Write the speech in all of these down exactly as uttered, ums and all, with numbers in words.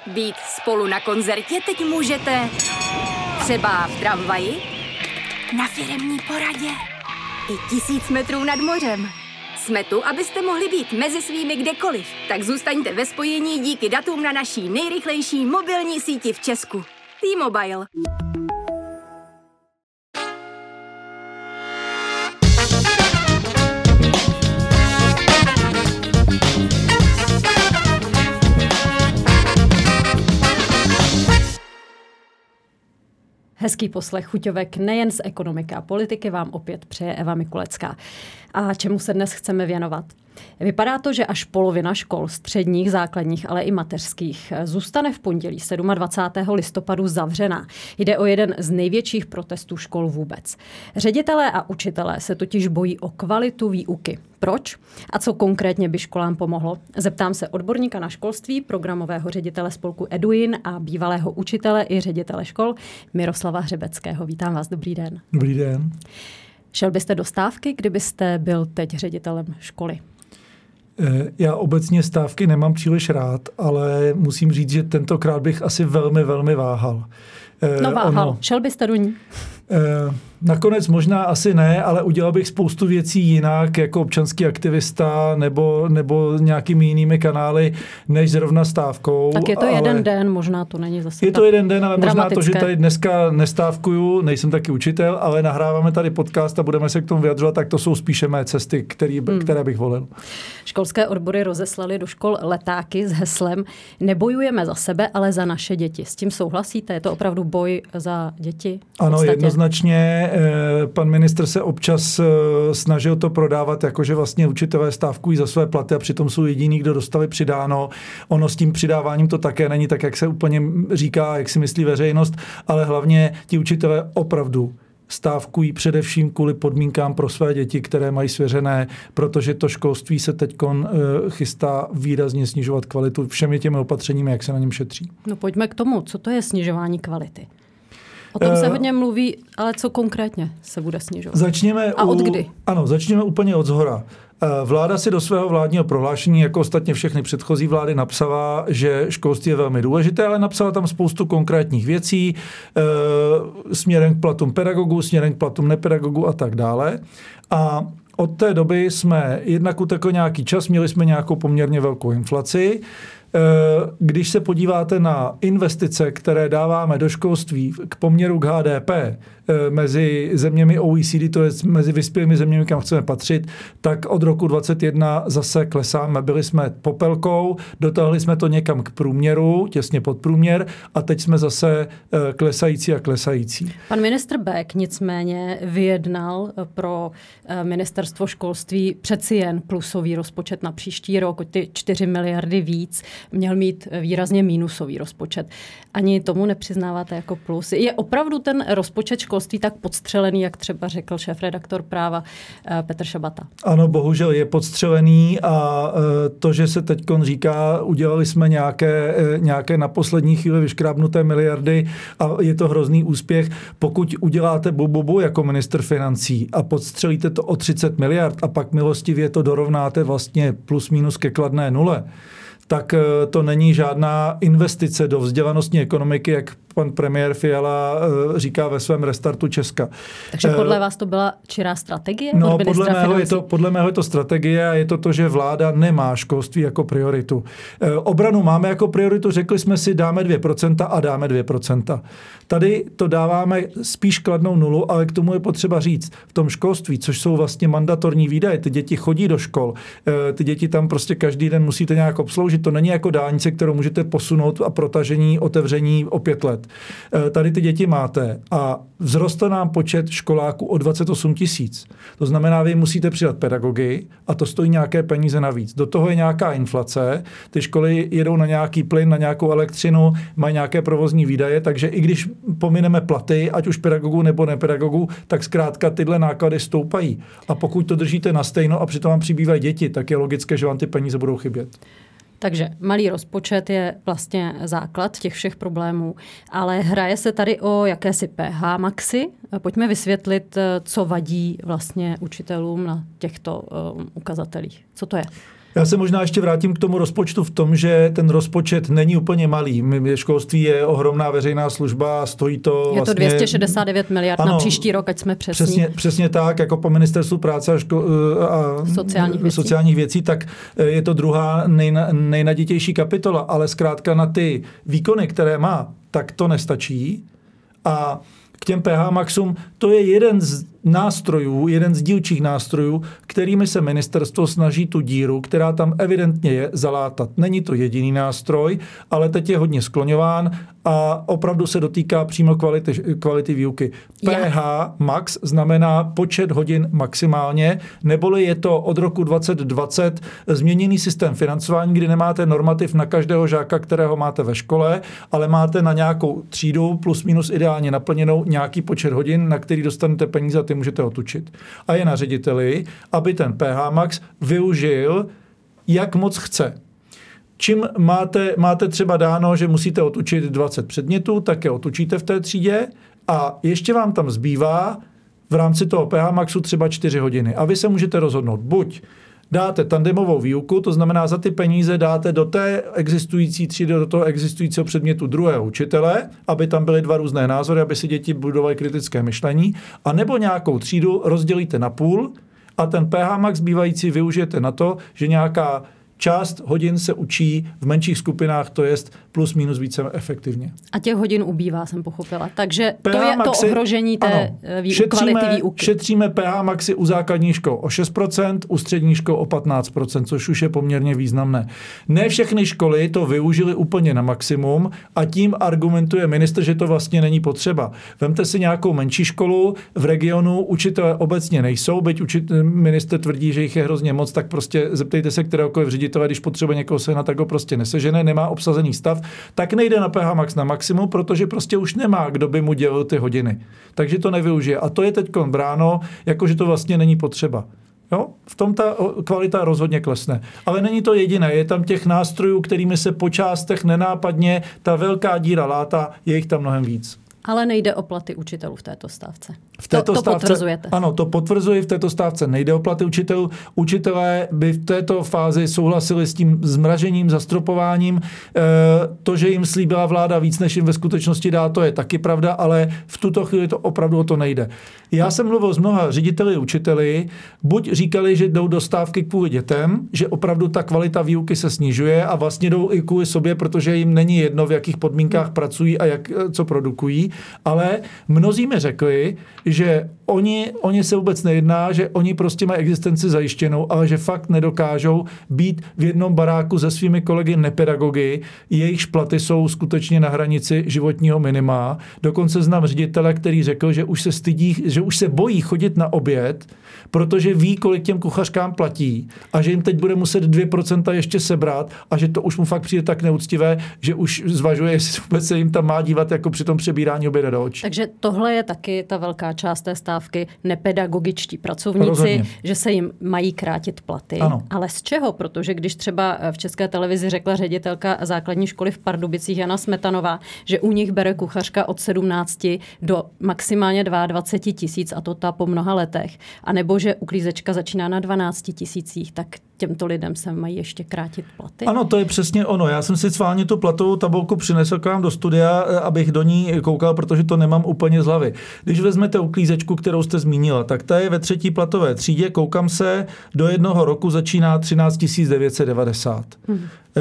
Být spolu na koncertě teď můžete třeba v tramvaji, na firemní poradě i tisíc metrů nad mořem. Jsme tu, abyste mohli být mezi svými kdekoliv. Tak zůstaňte ve spojení díky datům na naší nejrychlejší mobilní síti v Česku. T-Mobile. Hezký poslech chuťovek nejen z ekonomiky a politiky vám opět přeje Eva Mikulecká. A čemu se dnes chceme věnovat? Vypadá to, že až polovina škol středních, základních, ale i mateřských zůstane v pondělí dvacátého sedmého listopadu zavřená. Jde o jeden z největších protestů škol vůbec. Ředitelé a učitelé se totiž bojí o kvalitu výuky. Proč? A co konkrétně by školám pomohlo? Zeptám se odborníka na školství, programového ředitele spolku Eduin a bývalého učitele i ředitele škol Miroslava Hřebeckého. Vítám vás, dobrý den. Dobrý den. Šel byste do stávky, kdybyste byl teď ředitelem školy? Já obecně stávky nemám příliš rád, ale musím říct, že tentokrát bych asi velmi, velmi váhal. No váhal. Ono, Šel byste do ní? Nakonec možná asi ne, ale udělal bych spoustu věcí jinak, jako občanský aktivista nebo, nebo nějakými jinými kanály, než zrovna stávkou. Tak je to ale jeden den, možná to není zase Je to jeden den, ale možná dramatické. To, že tady dneska nestávkuju, nejsem taky učitel, ale nahráváme tady podcast a budeme se k tomu vyjadřovat, tak to jsou spíše mé cesty, který, hmm. které bych volil. Školské odbory rozeslaly do škol letáky s heslem Nebojujeme za sebe, ale za naše děti. S tím souhlasíte? Je to opravdu boj za děti? Ano, jednoznačně. Pan ministr se občas snažil to prodávat, jakože vlastně učitelé stávkují za své platy a přitom jsou jediní, kdo dostali přidáno. Ono s tím přidáváním to také není tak, jak se úplně říká, jak si myslí veřejnost, ale hlavně ti učitelé opravdu stávkují především kvůli podmínkám pro své děti, které mají svěřené, protože to školství se teďkon chystá výrazně snižovat kvalitu všemi těmi opatřeními, jak se na něm šetří. No pojďme k tomu, co to je snižování kvality. O tom se hodně mluví, ale co konkrétně se bude snižovat? Začněme A od u, kdy? Ano, začněme úplně od zhora. Vláda si do svého vládního prohlášení, jako ostatně všechny předchozí vlády, napsala, že školství je velmi důležité, ale napsala tam spoustu konkrétních věcí e, směrem k platům pedagogů, směrem k platům nepedagogů a tak dále. A od té doby jsme jednak utekl nějaký čas, měli jsme nějakou poměrně velkou inflaci. Když se podíváte na investice, které dáváme do školství k poměru k H D P mezi zeměmi O E C D, to je mezi vyspělými zeměmi, kam chceme patřit, tak od roku dvacet jedna zase klesáme. Byli jsme popelkou, dotáhli jsme to někam k průměru, těsně pod průměr a teď jsme zase klesající a klesající. Pan ministr Bek nicméně vyjednal pro ministerstvo školství přeci jen plusový rozpočet na příští rok, ty čtyři miliardy víc, měl mít výrazně mínusový rozpočet. Ani tomu nepřiznáváte jako plus. Je opravdu ten rozpočet školství tak podstřelený, jak třeba řekl šéfredaktor Práva Petr Šabata? Ano, bohužel je podstřelený a to, že se teďkon říká, udělali jsme nějaké, nějaké na poslední chvíli vyškrábnuté miliardy a je to hrozný úspěch. Pokud uděláte bububu jako ministr financí a podstřelíte to o třicet miliard a pak milostivě to dorovnáte vlastně plus minus ke kladné nule, tak to není žádná investice do vzdělanostní ekonomiky, jak pan premiér Fiala říká ve svém restartu Česka. Takže podle vás to byla čirá strategie? No, podle mého, je to, podle mého je to strategie a je to to, že vláda nemá školství jako prioritu. Obranu máme jako prioritu, řekli jsme si, dáme dvě procenta a dáme dvě procenta. Tady to dáváme spíš kladnou nulu, ale k tomu je potřeba říct, v tom školství, což jsou vlastně mandatorní výdaje, ty děti chodí do škol, ty děti tam prostě každý den musíte nějak obsloužit, to není jako dálnice, kterou můžete posunout a protažení, otevření o pět let. Tady ty děti máte a vzroste nám počet školáků o dvacet osm tisíc. To znamená, vy musíte přidat pedagogy a to stojí nějaké peníze navíc. Do toho je nějaká inflace, ty školy jedou na nějaký plyn, na nějakou elektřinu, mají nějaké provozní výdaje, takže i když pomineme platy, ať už pedagogů nebo nepedagogů, tak zkrátka tyhle náklady stoupají. A pokud to držíte na stejno a přitom vám přibývají děti, tak je logické, že vám ty peníze budou chybět. Takže malý rozpočet je vlastně základ těch všech problémů, ale hraje se tady o jakési P H maxi. Pojďme vysvětlit, co vadí vlastně učitelům na těchto uh, ukazatelích. Co to je? Já se možná ještě vrátím k tomu rozpočtu v tom, že ten rozpočet není úplně malý. Školství je ohromná veřejná služba, stojí to Je vlastně... to dvě stě šedesát devět miliard ano, na příští rok, ať jsme přesní. Přesně, přesně tak, jako po ministerstvu práce a, ško- a sociálních, věcí. sociálních věcí, tak je to druhá nejna, nejnaditější kapitola, ale zkrátka na ty výkony, které má, tak to nestačí. A k těm P H Maxům to je jeden z nástrojů, jeden z dílčích nástrojů, kterými se ministerstvo snaží tu díru, která tam evidentně je, zalátat. Není to jediný nástroj, ale teď je hodně skloňován a opravdu se dotýká přímo kvality, kvality výuky. P H Max znamená počet hodin maximálně, neboli je to od roku dvacet dvacet změněný systém financování, kdy nemáte normativ na každého žáka, kterého máte ve škole, ale máte na nějakou třídu plus minus ideálně naplněnou nějaký počet hodin, na který dostanete peníze a ty můžete otučit. A je na řediteli, aby ten P H Max využil, jak moc chce. Čím máte, máte třeba dáno, že musíte otučit dvacet předmětů, tak je otučíte v té třídě a ještě vám tam zbývá v rámci toho P H Maxu třeba čtyři hodiny. A vy se můžete rozhodnout, buď dáte tandemovou výuku, to znamená za ty peníze dáte do té existující třídy, do toho existujícího předmětu druhého učitele, aby tam byly dva různé názory, aby si děti budovaly kritické myšlení, a nebo nějakou třídu rozdělíte na půl a ten P H Max zbývající využijete na to, že nějaká část hodin se učí v menších skupinách, to jest plus minus více efektivně. A těch hodin ubývá, jsem pochopila. Takže to je to ohrožení té ano, vý, šetříme, kvality výuky. Šetříme P H Maxy u základních škol o šest procent, u středních škol o patnáct procent, což už je poměrně významné. Ne všechny školy to využily úplně na maximum a tím argumentuje ministr, že to vlastně není potřeba. Vemte si nějakou menší školu v regionu, učitelé obecně nejsou, byť učit, ministr tvrdí, že jich je hrozně moc, tak prostě zeptejte se kteréhokoliv ředitele, když potřebuje někoho sehnat, tak ho prostě nesežene, nemá obsazený stav, tak nejde na P H Max na maximum, protože prostě už nemá, kdo by mu dělal ty hodiny. Takže to nevyužije. A to je teď bráno, jakože to vlastně není potřeba. Jo? V tom ta kvalita rozhodně klesne. Ale není to jediné. Je tam těch nástrojů, kterými se po částech nenápadně ta velká díra látá, je jich tam mnohem víc. Ale nejde o platy učitelů v této stávce. V této to, to stávce, potvrzujete. Ano, to potvrzuji, v této stávce nejde o platy učitelů. Učitelé by v této fázi souhlasili s tím zmražením, zastropováním. E, to, že jim slíbila vláda víc, než jim ve skutečnosti dá, to je taky pravda, ale v tuto chvíli to opravdu o to nejde. Já jsem mluvil s mnoha řediteli, učiteli, buď říkali, že jdou do stávky kvůli dětem, že opravdu ta kvalita výuky se snižuje a vlastně jdou i kvůli sobě, protože jim není jedno, v jakých podmínkách pracují a jak, co produkují, ale mnozí mi řekli, že oni, oni se vůbec nejedná, že oni prostě mají existenci zajištěnou, ale že fakt nedokážou být v jednom baráku se svými kolegy nepedagogy, jejichž platy jsou skutečně na hranici životního minima. Dokonce znám ředitele, který řekl, že už se stydí, že už se bojí chodit na oběd, protože ví, kolik těm kuchařkám platí a že jim teď bude muset dvě procenta ještě sebrat a že to už mu fakt přijde tak neúctivé, že už zvažuje, jestli vůbec se jim tam má dívat jako při tom přebírání oběda do očí. Takže tohle je taky ta velká část té stávky, nepedagogičtí pracovníci, Rozhodně. že se jim mají krátit platy. Ano. Ale z čeho? Protože když třeba v České televizi řekla ředitelka základní školy v Pardubicích Jana Smetanová, že u nich bere kuchařka od sedmnácti do maximálně dvacet dva tisíc a to ta po mnoha letech. A nebo že uklízečka začíná na dvanácti tisících, tak těmto lidem se mají ještě krátit platy? Ano, to je přesně ono. Já jsem si sválně tu platovou tabulku přinesl k vám do studia, abych do ní koukal, protože to nemám úplně z hlavy. Když vezmete uklízečku, kterou jste zmínila, tak ta je ve třetí platové třídě, koukám se, do jednoho roku začíná třináct tisíc devět set devadesát. Hmm.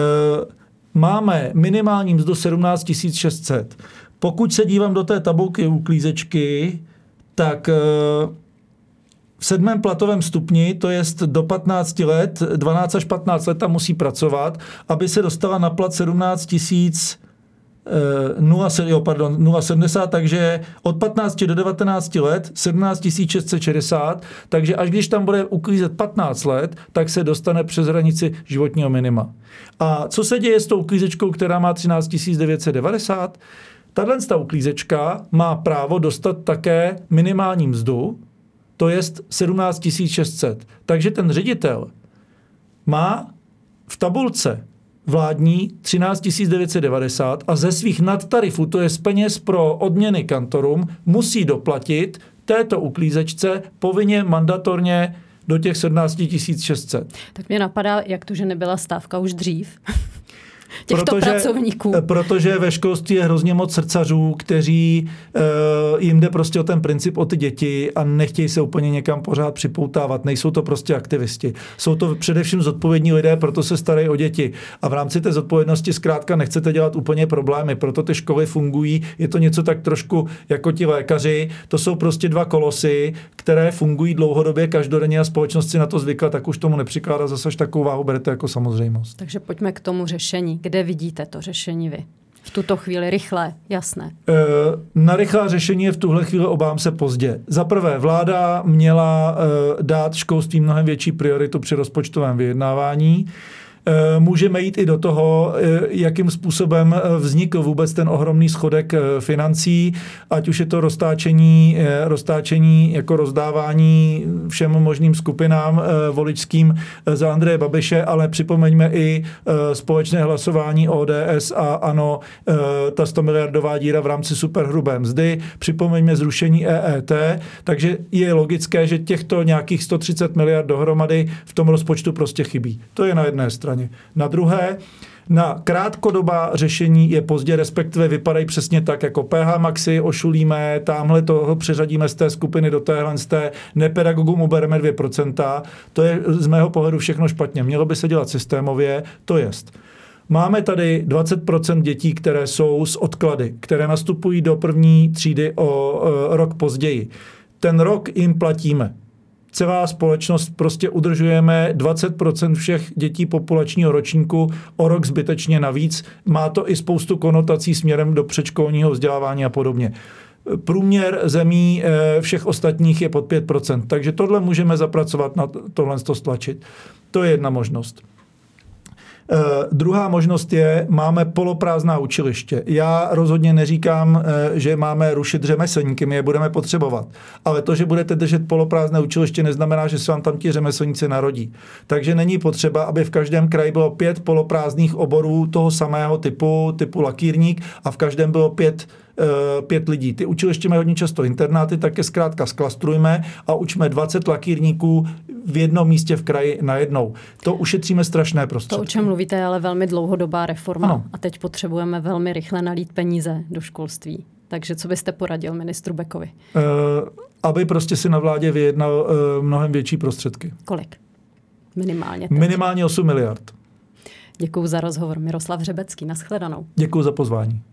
Máme minimální mzdu sedmnáct tisíc šest set. Pokud se dívám do té tabulky uklízečky, tak v sedmém platovém stupni, to je do patnácti let, dvanáct až patnáct let tam musí pracovat, aby se dostala na plat sedmnáct tisíc nula sedmdesát, takže od patnácti do devatenácti let sedmnáct tisíc šest set šedesát, takže až když tam bude uklízet patnáct let, tak se dostane přes hranici životního minima. A co se děje s tou uklízečkou, která má třináct tisíc devět set devadesát? Tato uklízečka má právo dostat také minimální mzdu, to je sedmnáct tisíc šest set. Takže ten ředitel má v tabulce vládní třináct tisíc devět set devadesát a ze svých nadtarifů, to je z peněz pro odměny kantorům, musí doplatit této uklízečce povinně mandatorně do těch sedmnáct tisíc šest set. Tak mě napadá, jak to, že nebyla stávka už dřív. Těchto protože, pracovníků. Protože ve školství je hrozně moc srdcařů, kteří uh, jim jde prostě o ten princip o ty děti a nechtějí se úplně někam pořád připoutávat. Nejsou to prostě aktivisti. Jsou to především zodpovědní lidé, proto se starají o děti. A v rámci té zodpovědnosti zkrátka nechcete dělat úplně problémy, proto ty školy fungují. Je to něco tak trošku jako ti lékaři. To jsou prostě dva kolosy, které fungují dlouhodobě, každodenně a společnost si na to zvykla, tak už tomu nepřikládá zase takovou váhu, berete jako samozřejmost. Takže pojďme k tomu řešení. Kde vidíte to řešení vy? V tuto chvíli rychle, jasné. Na rychlá řešení je v tuhle chvíli obávám se pozdě. Za prvé, vláda měla dát školství mnohem větší prioritu při rozpočtovém vyjednávání. Můžeme jít i do toho, jakým způsobem vznikl vůbec ten ohromný schodek financí, ať už je to roztáčení, roztáčení jako rozdávání všem možným skupinám voličským za Andreje Babiše, ale připomeňme i společné hlasování O D S a ANO, ta sto miliardová díra v rámci superhrubé mzdy, připomeňme zrušení E E T, takže je logické, že těchto nějakých sto třicet miliard dohromady v tom rozpočtu prostě chybí. To je na jedné straně. Na druhé, na krátkodobá řešení je pozdě, respektive vypadají přesně tak, jako P H Maxi ošulíme, tamhle toho přeřadíme z té skupiny do téhle, z té nepedagogům ubereme dvě procenta. To je z mého pohledu všechno špatně. Mělo by se dělat systémově, to jest. Máme tady dvacet procent dětí, které jsou z odklady, které nastupují do první třídy o, o rok později. Ten rok jim platíme. Celá společnost prostě udržujeme dvacet procent všech dětí populačního ročníku o rok zbytečně navíc. Má to i spoustu konotací směrem do předškolního vzdělávání a podobně. Průměr zemí všech ostatních je pod pět procent, takže tohle můžeme zapracovat, na tohle to stlačit. To je jedna možnost. Uh, druhá možnost je, máme poloprázdná učiliště. Já rozhodně neříkám, uh, že máme rušit řemeslníky, my je budeme potřebovat. Ale to, že budete držet poloprázdné učiliště, neznamená, že se vám tam ti řemeslníci narodí. Takže není potřeba, aby v každém kraji bylo pět poloprázdných oborů toho samého typu, typu lakírník a v každém bylo pět pět lidí. Ty učiliště mají hodně často internáty, tak je zkrátka sklastrujme a učme dvacet lakírníků v jednom místě v kraji najednou. To ušetříme strašné prostředky. To, o čem mluvíte, je ale velmi dlouhodobá reforma. Ano. A teď potřebujeme velmi rychle nalít peníze do školství. Takže co byste poradil ministru Bekovi? Uh, aby prostě si na vládě vyjednal uh, mnohem větší prostředky. Kolik? Minimálně teď. Minimálně osm miliard. Děkuju za rozhovor. Miroslav Řebecký. Nashledanou. Děkuju za pozvání.